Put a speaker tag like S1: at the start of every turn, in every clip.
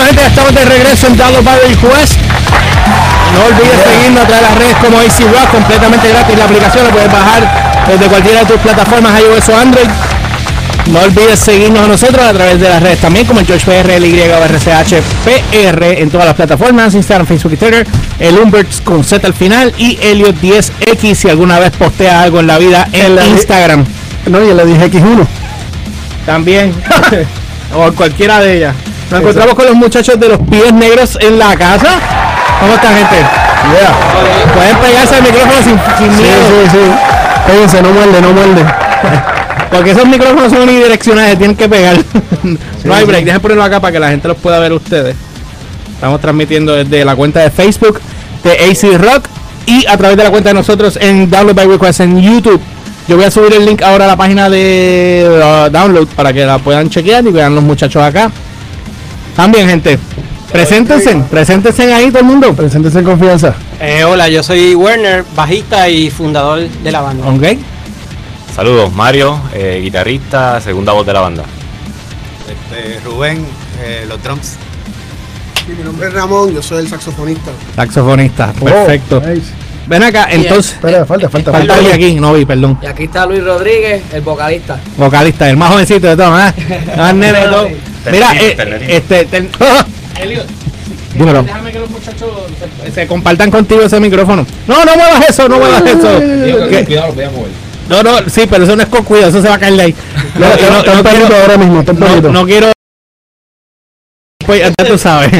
S1: gente, estamos de regreso en Download by Request. No olvides seguirnos a través de las redes como AC Rock, completamente gratis. La aplicación la puedes bajar desde cualquiera de tus plataformas iOS o Android. No olvides seguirnos a nosotros a través de las redes también, como el George PR, LY o RCH PR en todas las plataformas, Instagram, Facebook y Twitter. El Humberts con Z al final y Elliot 10X si alguna vez postea algo en la vida en Instagram.
S2: No, y en la 10X1
S1: también. O cualquiera de ellas. Nos encontramos con los muchachos de los pies negros en la casa. ¿Cómo está, gente?
S2: Yeah.
S1: Pueden pegarse al micrófono sin miedo.
S2: Sí. Péguense, no muerde.
S1: Porque esos micrófonos son unidireccionales, tienen que pegar. No hay break, dejen ponerlo acá para que la gente los pueda ver ustedes. Estamos transmitiendo desde la cuenta de Facebook de AC Rock y a través de la cuenta de nosotros en Download by Request en YouTube. Yo voy a subir el link ahora a la página de Download para que la puedan chequear y vean los muchachos acá. También, gente, preséntense ahí todo el mundo.
S2: Preséntense en confianza.
S3: Hola, yo soy Werner, bajista y fundador de la banda.
S1: Ok.
S4: Saludos, Mario, guitarrista, segunda voz de la banda.
S5: Rubén, los drums. Sí, mi nombre es Ramón, yo soy el saxofonista.
S1: Perfecto.
S2: Nice.
S1: Ven acá, entonces.
S2: Espera, falta.
S1: Falta aquí, no vi, perdón.
S6: Y aquí está Luis Rodríguez, el vocalista.
S1: Vocalista, el más jovencito de todos, ¿eh? Más nene de todo. Mira, Elliot,
S2: dímelo.
S1: déjame que los muchachos se compartan contigo ese micrófono. No muevas eso.
S7: Cuidado, lo voy a mover.
S1: No, sí, pero eso no es con cuidado, eso se va a caer de ahí.
S2: Está perdido ahora mismo, está perdido.
S1: No quiero. Pues ya tú sabes.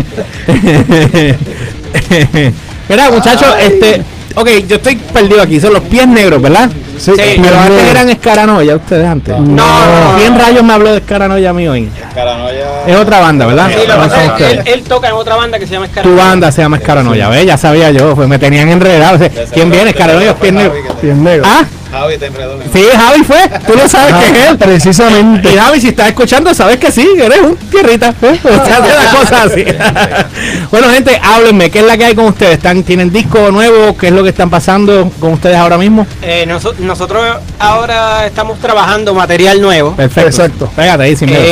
S1: Mira, muchachos, ok, yo estoy perdido aquí, son los pies negros, ¿verdad?
S2: Sí,
S1: pero antes eran Escaranoia, ustedes antes.
S3: No.
S1: ¿Quién rayos me habló de Escaranoia a mí hoy?
S5: Escaranoia
S1: Es otra banda, ¿verdad?
S3: Sí, lo que pasa es que
S1: ustedes.
S3: él toca en otra banda que se llama
S1: Tu
S3: Escaranoia.
S1: banda se llama Escaranoia, ¿ves? Ya sabía yo, pues me tenían enredado. O sea, ¿quién viene? Escaranoia, pies negros.
S2: Pies negros.
S1: Ah,
S5: Javi te enredó.
S1: sí, Javi fue. Tú lo sabes que es él.
S2: Precisamente.
S1: Y Javi, si estás escuchando, sabes que sí, eres un tierrita. O sea, hace las cosas así. Bueno, gente, háblenme, ¿qué es la que hay con ustedes? ¿Tienen disco nuevo? ¿Qué es lo que están pasando con ustedes ahora mismo?
S3: Nosotros ahora estamos trabajando material nuevo.
S1: Perfecto.
S2: Exacto.
S1: Pégate ahí sin miedo.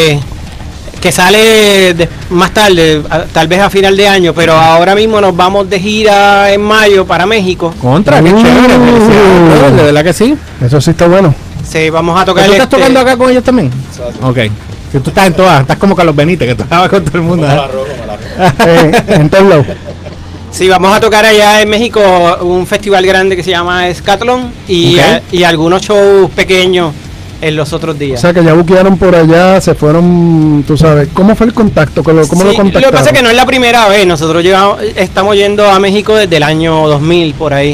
S3: Que sale más tarde, tal vez a final de año, pero ahora mismo nos vamos de gira en mayo para México.
S1: Contra, qué chévere. Felicidades, de verdad que sí.
S2: Eso sí está bueno.
S3: Sí, vamos a tocar.
S1: ¿Tú estás tocando acá con ellos también? Ok. Si tú estás en todas, estás como Carlos Benítez, que tocaba con todo el mundo.
S2: En todos lados.
S3: Sí, vamos a tocar allá en México un festival grande que se llama Scathlon y algunos shows pequeños en los otros
S2: O
S3: días.
S2: sea que ya buquearon por allá, se fueron, tú sabes. ¿Cómo fue el contacto? ¿Cómo lo contactaron?
S3: Lo que pasa es que no es la primera vez, nosotros estamos yendo a México desde el año 2000 por ahí.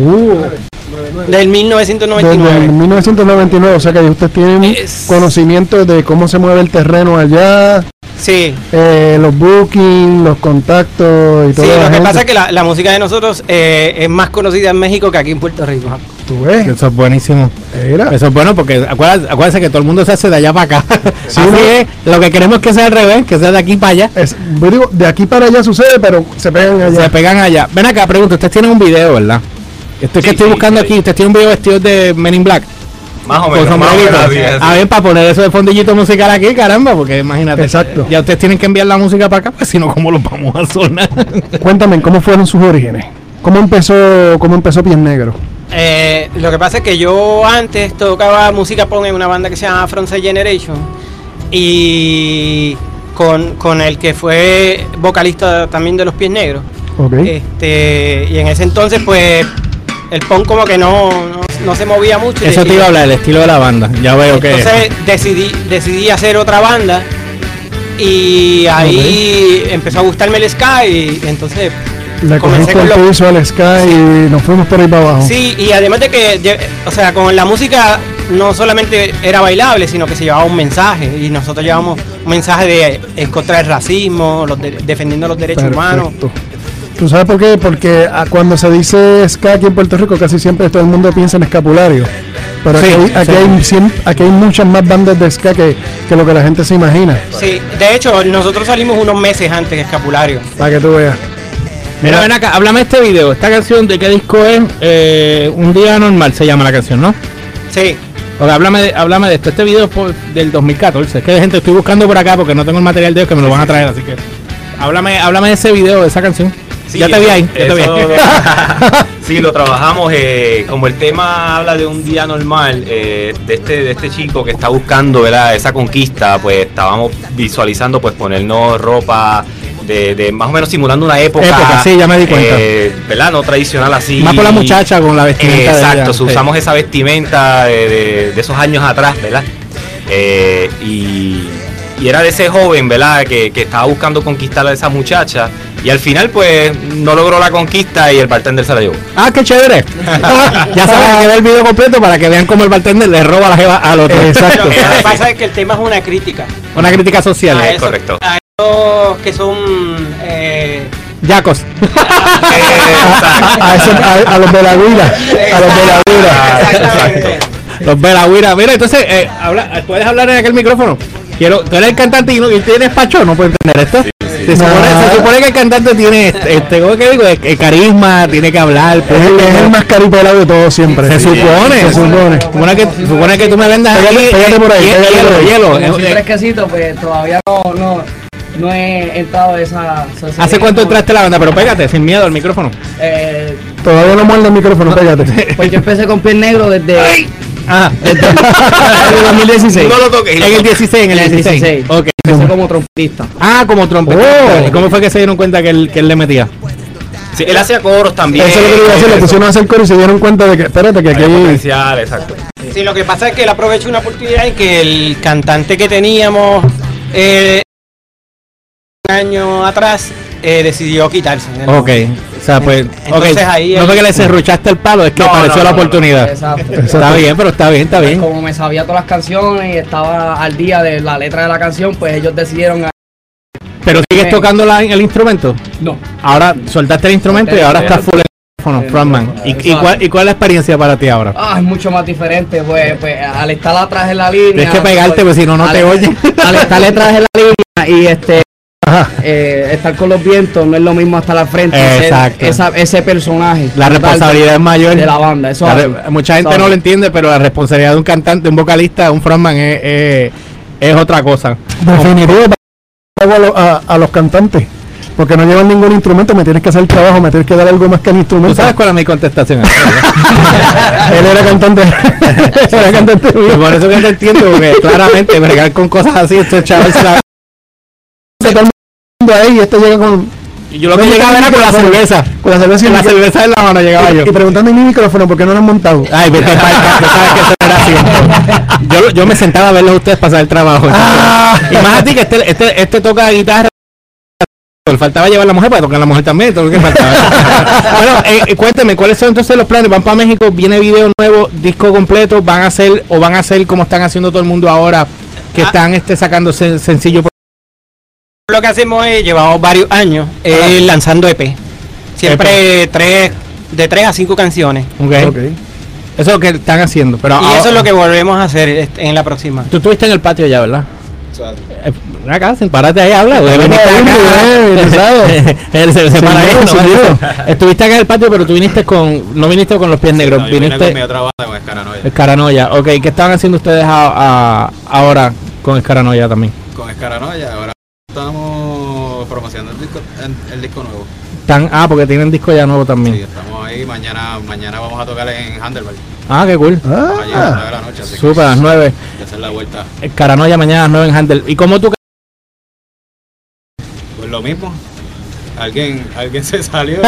S3: Del 1999.
S2: Desde 1999, o sea que ustedes tienen conocimiento de cómo se mueve el terreno allá.
S3: Sí.
S2: Los bookings, los contactos y todo.
S3: Sí, lo que pasa es que la música de nosotros es más conocida en México que aquí en Puerto Rico.
S2: ¿Tú ves?
S1: Eso es buenísimo.
S2: Era.
S1: Eso es bueno porque acuérdense que todo el mundo se hace de allá para acá.
S2: Sí,
S1: Así
S2: ¿no?
S1: es, lo que queremos es que sea al revés, que sea de aquí para allá.
S2: Yo digo, de aquí para allá sucede, pero se pegan allá.
S1: Se pegan allá. Ven acá, pregunto, ustedes tienen un video, ¿verdad? Estoy buscando aquí, ustedes tienen un video vestido de Men in Black.
S4: Más o
S1: Con
S4: menos.
S1: sombrerito. A ver, para poner eso de fondillito musical aquí, caramba, porque imagínate.
S2: Exacto.
S1: Ya ustedes tienen que enviar la música para acá, pues si no, ¿cómo lo vamos a sonar?
S2: Cuéntame, ¿cómo fueron sus orígenes? ¿Cómo empezó Pies Negros?
S3: Lo que pasa es que yo antes tocaba música punk en una banda que se llama Frontside Generation y con el que fue vocalista también de Los Pies Negros.
S2: Okay.
S3: Y en ese entonces pues el punk como que no se movía mucho.
S1: Eso te iba a hablar, el estilo de la banda. Ya veo que.
S3: Entonces decidí hacer otra banda y ahí empezó a gustarme el ska y entonces
S2: Le
S3: comencé
S2: cogiste el piso al Sky y nos fuimos por ahí para abajo.
S3: Sí, y además de que, o sea, con la música no solamente era bailable, sino que se llevaba un mensaje y nosotros llevamos un mensaje de en contra del racismo, defendiendo los derechos humanos.
S2: ¿Tú sabes por qué? Porque cuando se dice ska aquí en Puerto Rico casi siempre todo el mundo piensa en escapulario. Pero aquí hay muchas más bandas de ska que lo que la gente se imagina.
S3: Sí, de hecho nosotros salimos unos meses antes que Escapulario.
S2: Para que tú veas.
S1: Mira, ven acá, háblame de este video. Esta canción, ¿de qué disco es? Un día normal se llama la canción, ¿no?
S3: Sí.
S1: Okay, háblame de esto. Este video es del 2014. Es que gente estoy buscando por acá porque no tengo el material de ellos que me lo van a traer, así que. háblame de ese video, de esa canción.
S4: Sí,
S1: ya te vi ahí. Ya te vi ahí.
S4: Sí, lo trabajamos. Como el tema habla de un día normal, de este chico que está buscando, ¿verdad?, esa conquista, pues estábamos visualizando, pues ponernos ropa de más o menos simulando una época.
S1: Sí, ya me di cuenta.
S4: ¿Verdad? No tradicional así.
S1: Más por la muchacha con la vestimenta.
S4: Exacto,
S1: de ella.
S4: usamos esa vestimenta de esos años atrás, ¿verdad? Y era de ese joven, ¿verdad?, que estaba buscando conquistar a esa muchacha. Y al final, pues, no logró la conquista y el bartender se la llevó.
S1: Ah, qué chévere. Ya saben, hay que ver el video completo para que vean cómo el bartender le roba la jeva al otro.
S3: Exacto. Lo que pasa es que el tema es una crítica.
S1: Una crítica social.
S3: A eso,
S4: correcto.
S3: A esos que son...
S1: Yacos.
S2: a los de la guira. A los de la guira.
S3: Exactamente.
S1: Los Belagüira. Mira, entonces, ¿puedes hablar en aquel micrófono? Tú eres el cantante y tienes pacho, ¿no puedo entender esto? Se supone que el cantante tiene ¿cómo que digo? Carisma, tiene que hablar.
S2: Es el más caripelado de todos siempre.
S1: Se supone que tú me vendas
S2: pégate por ahí,
S1: hielo.
S6: Como soy fresquecito, pues todavía no he entrado a esa sociedad.
S1: ¿Hace cuánto entraste a la banda? Pero pégate, sin miedo al micrófono.
S2: Todavía no muerde el micrófono, pégate.
S6: Pues yo empecé con Piel Negro desde...
S1: desde el 2016.
S4: No lo toques.
S1: En el 16, en el 16.
S6: Ok. Empecé como trompetista.
S1: Como trompetista. ¿Y cómo fue que se dieron cuenta que él le metía?
S4: Sí, él hacía coros también.
S2: Eso es lo que iba a decir, le pusieron a hacer coro y se dieron cuenta de que, espérate, que aquí
S4: hay potencial, exacto.
S3: Sí, lo que pasa es que él aprovechó una oportunidad en que el cantante que teníamos un año atrás decidió quitarse.
S1: Ok, o sea, pues,
S3: entonces ahí
S1: no fue que le serruchaste el palo, es que apareció la oportunidad.
S6: Exacto.
S1: Está bien, pero está bien.
S6: Como me sabía todas las canciones y estaba al día de la letra de la canción, pues ellos decidieron...
S1: ¿Pero sigues tocando el instrumento?
S6: No.
S1: Ahora soltaste el instrumento y ahora estás full en el teléfono, frontman. ¿Y cuál es la experiencia para ti ahora?
S6: Es mucho más diferente, pues al estar atrás de la línea...
S1: Tienes que pegarte, pues si no te oyen.
S6: Al estar detrás de la línea y estar con los vientos no es lo mismo estar al frente.
S1: Exacto.
S6: Ese personaje.
S1: La responsabilidad es mayor
S6: de la banda. Eso
S1: mucha gente no lo entiende, pero la responsabilidad de un cantante, un vocalista, un frontman es otra cosa.
S2: Definitivamente a los cantantes, porque no llevan ningún instrumento, me tienes que hacer el trabajo, me tienes que dar algo más que el instrumento.
S1: ¿Tú sabes cuál es mi contestación?
S2: Él era cantante. Era cantante.
S1: Por eso que te entiendo, porque claramente bregar con cosas así, estos chavales
S2: todo el mundo ahí y este llega con...
S1: Yo lo que llegaba era con la cerveza.
S2: Con la cerveza y
S1: la cerveza en la mano llegaba yo.
S2: Y preguntando en mi micrófono por qué no lo han montado.
S1: Ay, vete para sabes que eso era así. Yo me sentaba a verlos a ustedes pasar el trabajo. Y más a ti que este toca guitarra. Faltaba llevar a la mujer para tocar a la mujer también, todo lo que faltaba. Bueno, cuénteme, ¿cuáles son entonces los planes? ¿Van para México? ¿Viene video nuevo, disco completo? ¿Van a hacer como están haciendo todo el mundo ahora, que están sacando sencillo?
S3: Lo que hacemos es, llevamos varios años lanzando EP. Siempre de 3 a 5 canciones.
S1: Okay. Eso es lo que están haciendo. Pero
S3: eso es lo que volvemos a hacer en la próxima.
S1: Tú estuviste en el patio ya, ¿verdad? Acá, párate ahí, habla. Estuviste acá en el patio, pero tú no viniste con los pies negros.
S4: No, viniste con mi otra banda, con Escaranoia.
S1: Escaranoia, ok. ¿Qué estaban haciendo ustedes ahora con Escaranoia también?
S4: Con Escaranoia, ahora estamos promocionando el disco nuevo.
S1: Porque tienen disco ya nuevo también.
S4: Sí, estamos ahí. Mañana vamos a tocar en Handelberg.
S1: Qué cool.
S4: Allá a la noche.
S1: Súper, a las 9.
S4: Y hacer la vuelta.
S1: Escaranoia mañana a las 9 en Handel. ¿Y cómo tú?
S4: Pues lo mismo. Alguien se salió.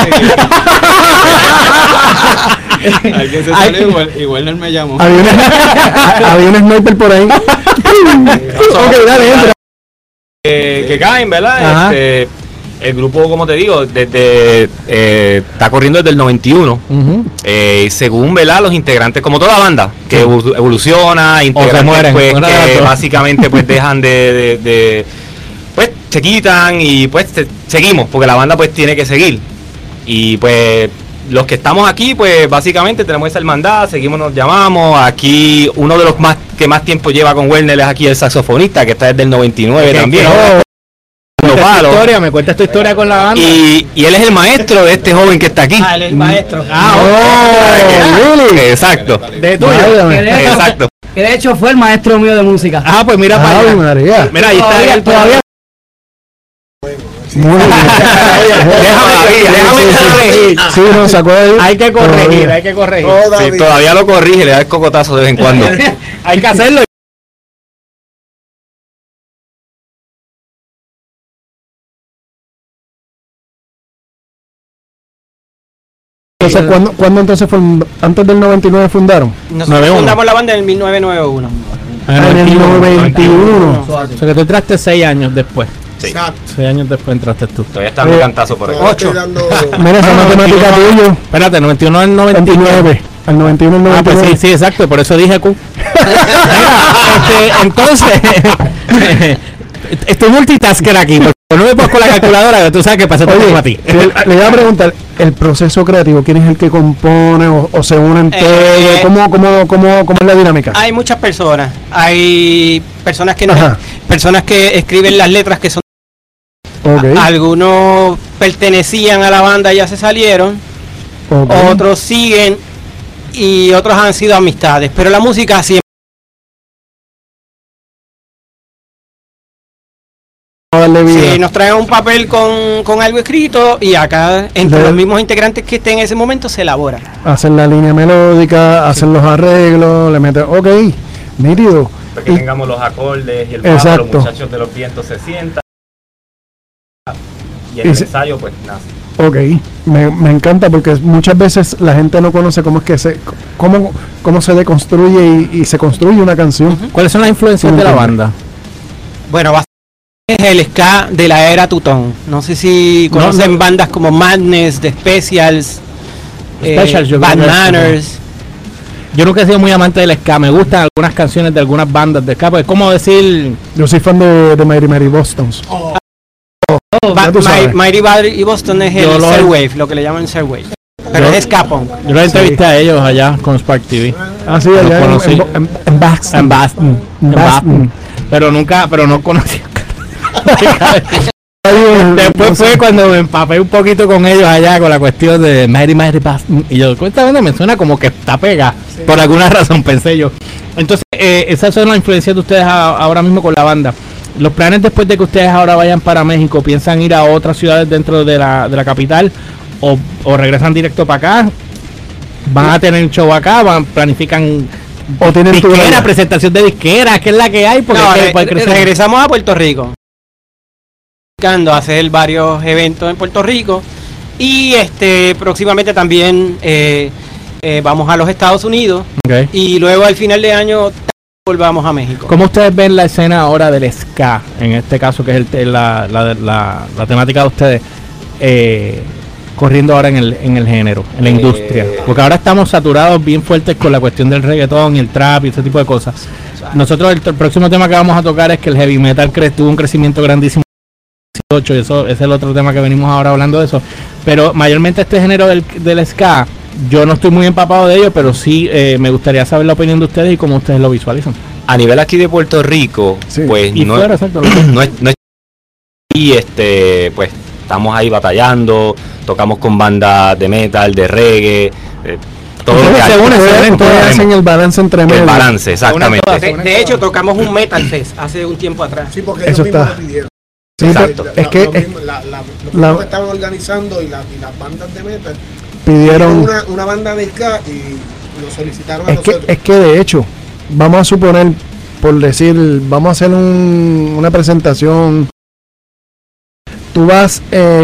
S4: Alguien se salió y Werner me llamó.
S2: Había un sniper por ahí.
S1: Ok, dale, entra.
S4: Que caen, ¿verdad? El grupo, como te digo, está corriendo desde el 91. Según, ¿verdad?, los integrantes, como toda banda, que evoluciona, integrantes,
S1: mueren,
S4: pues, que básicamente pues dejan pues se quitan y pues seguimos, porque la banda pues tiene que seguir. Y pues los que estamos aquí, pues básicamente tenemos esa hermandad, seguimos, nos llamamos. Aquí uno de los que más tiempo lleva con Werner es aquí el saxofonista, que está desde el 99 también.
S1: Me cuentas tu historia con la banda.
S4: Y él es el maestro de este joven que está aquí.
S3: Él es el maestro.
S4: Exacto.
S1: De tuyo.
S4: Exacto.
S6: Que de hecho fue el maestro mío de música.
S1: Pues mira para allá.
S2: María.
S1: Mira, ahí está él todavía.
S2: Muy bien.
S1: Déjame corregir.
S2: Sí, no, sacó ahí.
S1: Hay que corregir, hay que corregir.
S4: Sí, todavía lo corrige, le da el cocotazo de vez en cuando.
S1: Hay que hacerlo.
S2: Entonces, ¿cuándo entonces fue? ¿Antes del 99 fundaron?
S3: Nosotros
S1: 91.
S3: fundamos la banda en el 1991.
S2: En el 91.
S1: O sea que tú entraste 6 años después.
S4: Sí.
S5: Exacto.
S1: 6 años después entraste tú.
S4: Todavía está mi cantazo por ahí.
S5: Ahora estoy dando...
S2: Mira, esa matemática tuya.
S1: Espérate, 91 al 99.
S2: 29. Al 91 al
S1: Ah,
S2: 99.
S1: pues sí, exacto, por eso dije Q. Mira, entonces, estoy multitasker aquí, porque no me pongo con la calculadora, tú sabes que pasa todo
S2: Oye,
S1: a ti.
S2: le voy a preguntar, el proceso creativo, ¿quién es el que compone o se unen todos? ¿Cómo es la dinámica?
S3: Hay muchas personas. Hay personas que
S2: Ajá.
S3: personas que escriben las letras que son.
S2: Ok,
S3: Algunos pertenecían a la banda y ya se salieron.
S2: ok.
S3: Otros siguen y otros han sido amistades. Pero la música siempre.
S2: Vamos a darle vida.
S3: Sí, nos traen un papel con algo escrito y acá entre
S2: De-
S3: los mismos integrantes que estén en ese momento se elabora.
S2: Hacen la línea melódica, hacen los arreglos, le meten, ok, nítido.
S4: Para que
S2: Y-
S4: tengamos los acordes y el bajo,
S2: Exacto.
S4: los muchachos de los vientos se sientan. Y
S2: Y
S4: el
S2: se-
S4: ensayo pues nace.
S2: Ok, me encanta porque muchas veces la gente no conoce cómo es que cómo se deconstruye y se construye una canción.
S1: ¿Cuáles son las influencias de la banda?
S3: Bueno, es el ska de la era Tutón. No sé si conocen bandas como Madness, The Specials,
S1: Specials, yo creo
S3: Bad
S1: que es
S3: Manners.
S1: Yo nunca he sido muy amante del ska, me gustan algunas canciones de algunas bandas de ska, porque es como decir,
S2: Yo soy fan de Mary Bostons. ya tú sabes.
S3: Mighty Bad y Boston es
S1: Yo
S3: el
S1: lo-
S3: Wave, lo que le llaman Wave. Pero
S1: Yo-
S3: es ska punk.
S1: yo los entrevisté a ellos allá con Spark TV.
S2: Ah, sí,
S1: Los
S2: allá
S1: conocí.
S2: en Boston.
S1: En Boston.
S2: En Boston.
S1: Pero no conocía.
S2: Ahí,
S1: Después
S2: no sé.
S1: fue cuando me empapé un poquito con ellos allá con la cuestión de Mighty Boston. Y yo, esta banda me suena como que está pega. Por alguna razón, pensé yo. Entonces, esas son las influencias de ustedes ahora mismo con la banda. Los planes después de que ustedes ahora vayan para México, ¿piensan ir a otras ciudades dentro de la capital? ¿O regresan directo para acá? ¿Van a tener un show acá? ¿Planifican
S2: O tienen tu
S1: disquera, presentación de disquera? ¿Qué es la que hay? Porque
S3: No,
S1: es que puede crecer.
S3: regresamos a Puerto Rico. Buscando hacer varios eventos en Puerto Rico. Y próximamente también vamos a los Estados Unidos.
S1: Ok.
S3: Y luego al final de año volvamos a México.
S1: ¿Cómo ustedes ven la escena ahora del ska? En este caso, que es la temática de ustedes, corriendo ahora en el género, en la industria. Porque ahora estamos saturados bien fuertes con la cuestión del reggaetón y el trap y ese tipo de cosas. Nosotros, el próximo tema que vamos a tocar es que el heavy metal tuvo un crecimiento grandísimo. Y eso es el otro tema que venimos ahora hablando de eso. Pero mayormente este género del ska, yo no estoy muy empapado de ello, pero sí me gustaría saber la opinión de ustedes y cómo ustedes lo visualizan.
S4: A nivel aquí de Puerto Rico,
S2: Sí.
S4: pues
S1: Y
S4: no,
S1: fuera, exacto.
S4: no es y pues estamos ahí batallando, tocamos con bandas de metal, de reggae, todo lo que
S1: Ustedes
S4: hay.
S1: se unen,
S2: Ustedes
S1: todas.
S2: hacen el balance entre
S4: El
S2: medios.
S4: balance, exactamente.
S1: todas.
S3: De hecho, tocamos un Metal Fest hace un tiempo atrás.
S5: Sí, porque
S2: Eso
S5: ellos mismos
S2: está.
S5: lo pidieron.
S2: Sí,
S4: Exacto.
S2: pero es que
S5: Los mismos- los mismos que estaban organizando y las bandas de metal
S2: pidieron.
S5: una banda de ska y nos solicitaron a
S2: Es
S5: nosotros.
S2: que de hecho, vamos a suponer, por decir, vamos a hacer una presentación. Tú vas,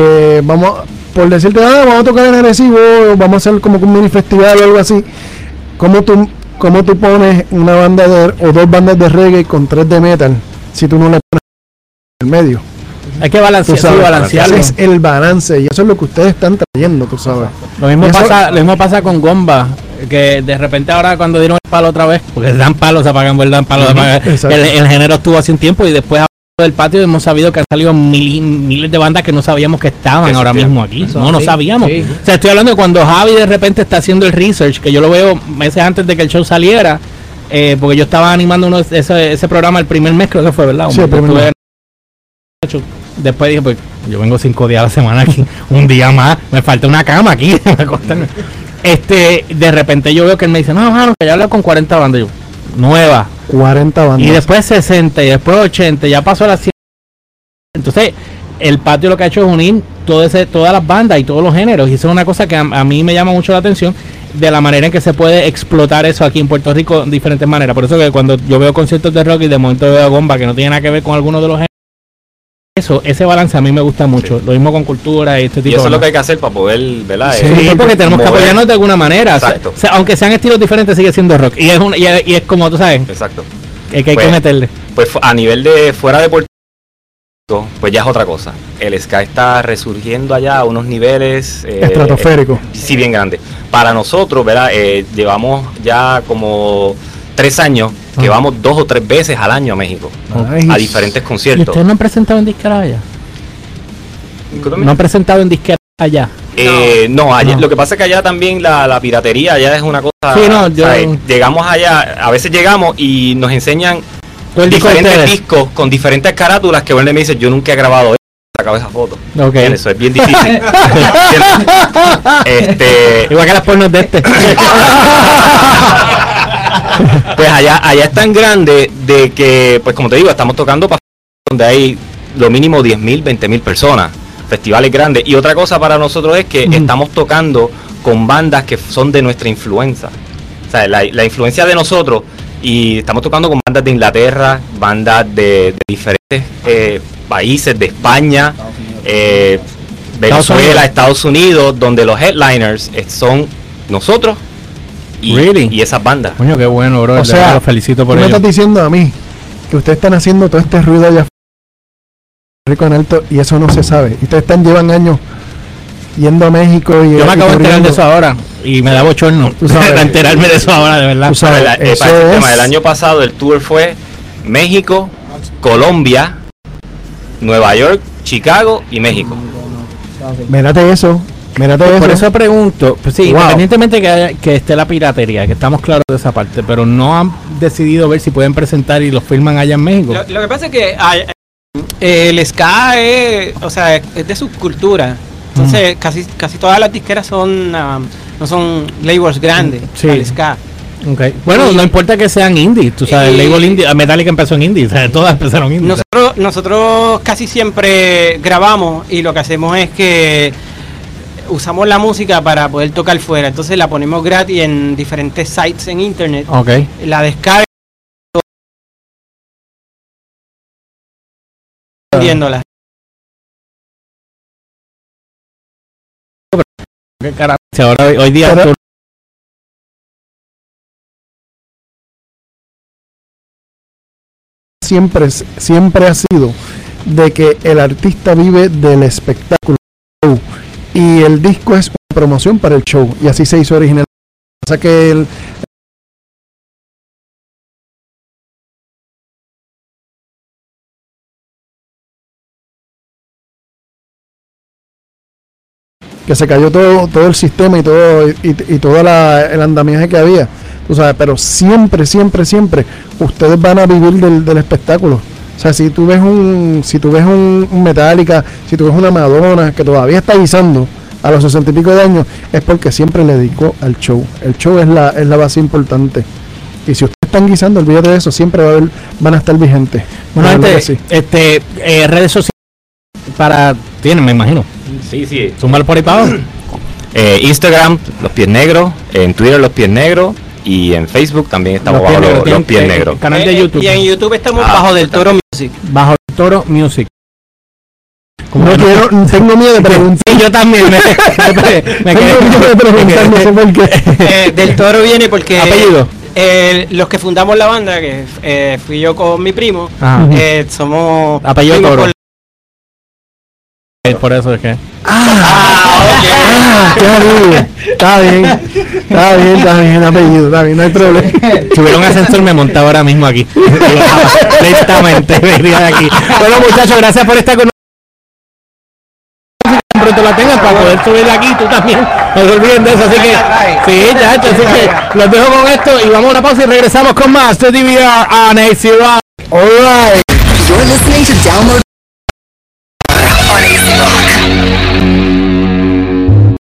S2: por decirte, vamos a tocar en Arecibo, vamos a hacer como un mini festival o algo así. ¿Cómo tú pones una banda o dos bandas de reggae con tres de metal si tú no le pones en el medio?
S1: Hay que balancear,
S2: Tú sabes,
S1: sí, balancearlo.
S2: ese es el balance y eso es lo que ustedes están trayendo, tú sabes.
S1: Lo mismo
S2: Eso-
S1: pasa con Gomba, que de repente ahora cuando dieron el palo otra vez, porque dan palos, se apagan, dan palos, se apagan.
S2: Exacto.
S1: El género estuvo hace un tiempo y después del patio hemos sabido que han salido miles de bandas que no sabíamos que estaban
S4: Que
S1: ahora
S4: existían.
S1: mismo aquí.
S6: Eso,
S1: No
S6: sí,
S1: sabíamos.
S6: sí.
S1: O sea, estoy hablando de cuando Javi de repente está haciendo el research, que yo lo veo meses antes de que el show saliera, porque yo estaba animando ese programa el primer mes, creo que fue, ¿verdad?
S2: Sí, el primer mes.
S1: Después dije, pues yo vengo 5 días a la semana aquí, un día más, me falta una cama aquí. acostarme. De repente yo veo que él me dice, no, mano, que ya hablo con 40 bandas. Yo, nueva.
S2: 40 bandas.
S1: Y después 60, y después 80, ya pasó a las 100. Entonces, el patio lo que ha hecho es unir todas las bandas y todos los géneros, y eso es una cosa que a mí me llama mucho la atención, de la manera en que se puede explotar eso aquí en Puerto Rico de diferentes maneras. Por eso que cuando yo veo conciertos de rock y de momento veo a Gomba que no tiene nada que ver con alguno de los géneros, ese balance a mí me gusta mucho. Lo mismo con cultura y este tipo de
S4: Y eso
S1: cosas.
S4: es lo que hay que hacer para poder, ¿verdad?
S1: Sí, porque tenemos que apoyarnos de alguna manera.
S4: Exacto.
S1: O sea, aunque sean estilos diferentes, sigue siendo rock. Y es como tú sabes,
S4: Exacto.
S1: que hay que
S4: Pues,
S1: meterle.
S4: Pues a nivel de fuera de Puerto Rico, pues ya es otra cosa. El ska está resurgiendo allá a unos niveles
S2: estratosféricos.
S4: Sí, bien grandes. Para nosotros, ¿verdad? Llevamos ya como 3 años que vamos 2 o 3 veces al año a México,
S2: Nice.
S4: a diferentes
S1: ¿Y
S4: conciertos.
S1: ustedes no han presentado en disquera allá? ¿No han presentado en disquera allá?
S4: No, allá,
S1: No.
S4: lo que pasa es que allá también la piratería allá es una cosa.
S1: Sí, no, yo-
S4: ¿sabes? Llegamos allá, a veces llegamos y nos enseñan
S1: Todo el disco de
S4: diferentes
S1: ustedes.
S4: discos con diferentes carátulas que Wender me dice, yo nunca he grabado eso, sacado esa foto.
S1: Ok.
S4: Eso es bien difícil.
S1: Igual que las pornos de este.
S4: Pues allá es tan grande de que, pues como te digo, estamos tocando para donde hay lo mínimo 10.000, 20.000 personas, festivales grandes. Y otra cosa para nosotros es que estamos tocando con bandas que son de nuestra influencia. O sea, la influencia de nosotros, y estamos tocando con bandas de Inglaterra, bandas de diferentes países, de España, Venezuela, Estados Unidos, donde los headliners son nosotros y esas bandas.
S1: Coño, qué bueno, bro.
S2: O sea,
S1: los felicito por
S2: tú me
S1: ello.
S2: estás diciendo a mí que ustedes están haciendo todo este ruido allá rico en alto y eso no se sabe. Y ustedes llevan años yendo a México y
S1: Yo me acabo de enterar de eso ahora y me da bochorno
S2: Tú sabes.
S1: de enterarme de eso ahora, de verdad.
S2: Tú sabes. Eso
S4: Para este tema,
S2: es-
S4: el año pasado el tour fue México, Colombia, Nueva York, Chicago y México.
S2: Mírate eso. Mírate
S1: Por
S2: eso.
S1: eso pregunto, pues sí,
S2: Wow.
S1: independientemente que esté la piratería, que estamos claros de esa parte, pero no han decidido ver si pueden presentar y los filman allá en México.
S3: Lo que pasa es que el ska o sea, es de subcultura. Entonces, casi todas las disqueras son no son labels grandes
S1: Sí.
S3: para el ska.
S1: Okay. Bueno, no importa que sean indie, tú sabes, el label indie, Metallica empezó en indie, o sea, todas empezaron indie.
S3: Nosotros casi siempre grabamos y lo que hacemos es que usamos la música para poder tocar fuera. Entonces la ponemos gratis en diferentes sites en internet.
S1: Ok.
S3: La descarga vendiéndola.
S1: ¿Qué carajo? Si ahora hoy día
S2: Pero-
S1: tú-
S2: siempre ha sido de que el artista vive del espectáculo y el disco es una promoción para el show y así se hizo original. O sea que se cayó todo el sistema y todo el andamiaje que había, tú sabes, pero siempre ustedes van a vivir del espectáculo. O sea, si tú ves un Metallica, si tú ves una Madonna que todavía está guisando a los 60 y pico de años, es porque siempre le dedicó al show. El show es la base importante. Y si ustedes están guisando, olvídate de eso, siempre van a estar vigentes.
S1: Bueno,
S2: De verdad
S1: gente,
S2: que sí.
S1: redes sociales tienen, me imagino.
S4: Sí.
S1: Súmalo por ahí para abajo.
S4: Instagram, Los Pies Negros, en Twitter, Los Pies Negros, y en Facebook también estamos bajo los Pies Negros.
S1: Canal de YouTube.
S3: Y en YouTube estamos
S4: Ah,
S3: bajo Del Toro Music.
S1: Bajo el Toro Music.
S2: Tengo miedo de preguntar.
S1: Sí, yo también me
S2: Tengo miedo de preguntar, no sé por qué.
S3: Del Toro viene porque
S1: Apellido.
S3: los que fundamos la banda, que fui yo con mi primo,
S1: Ajá.
S3: somos
S1: Apellido
S3: primos
S1: Toro.
S3: por-
S1: Por eso es que.
S2: Está bien, apellido, está bien, no hay problema.
S1: Si hubiera un ascensor me montaba ahora mismo aquí. Lentamente me iría de aquí. Bueno, muchachos, gracias por estar con nosotros. Tan pronto la tengas para poder subir aquí, tú también. No se olviden de eso, así que sí, chacho, así que los dejo con esto y vamos a una pausa y regresamos con más de DVR on AC Rock.
S2: All right.
S8: You're listening to Download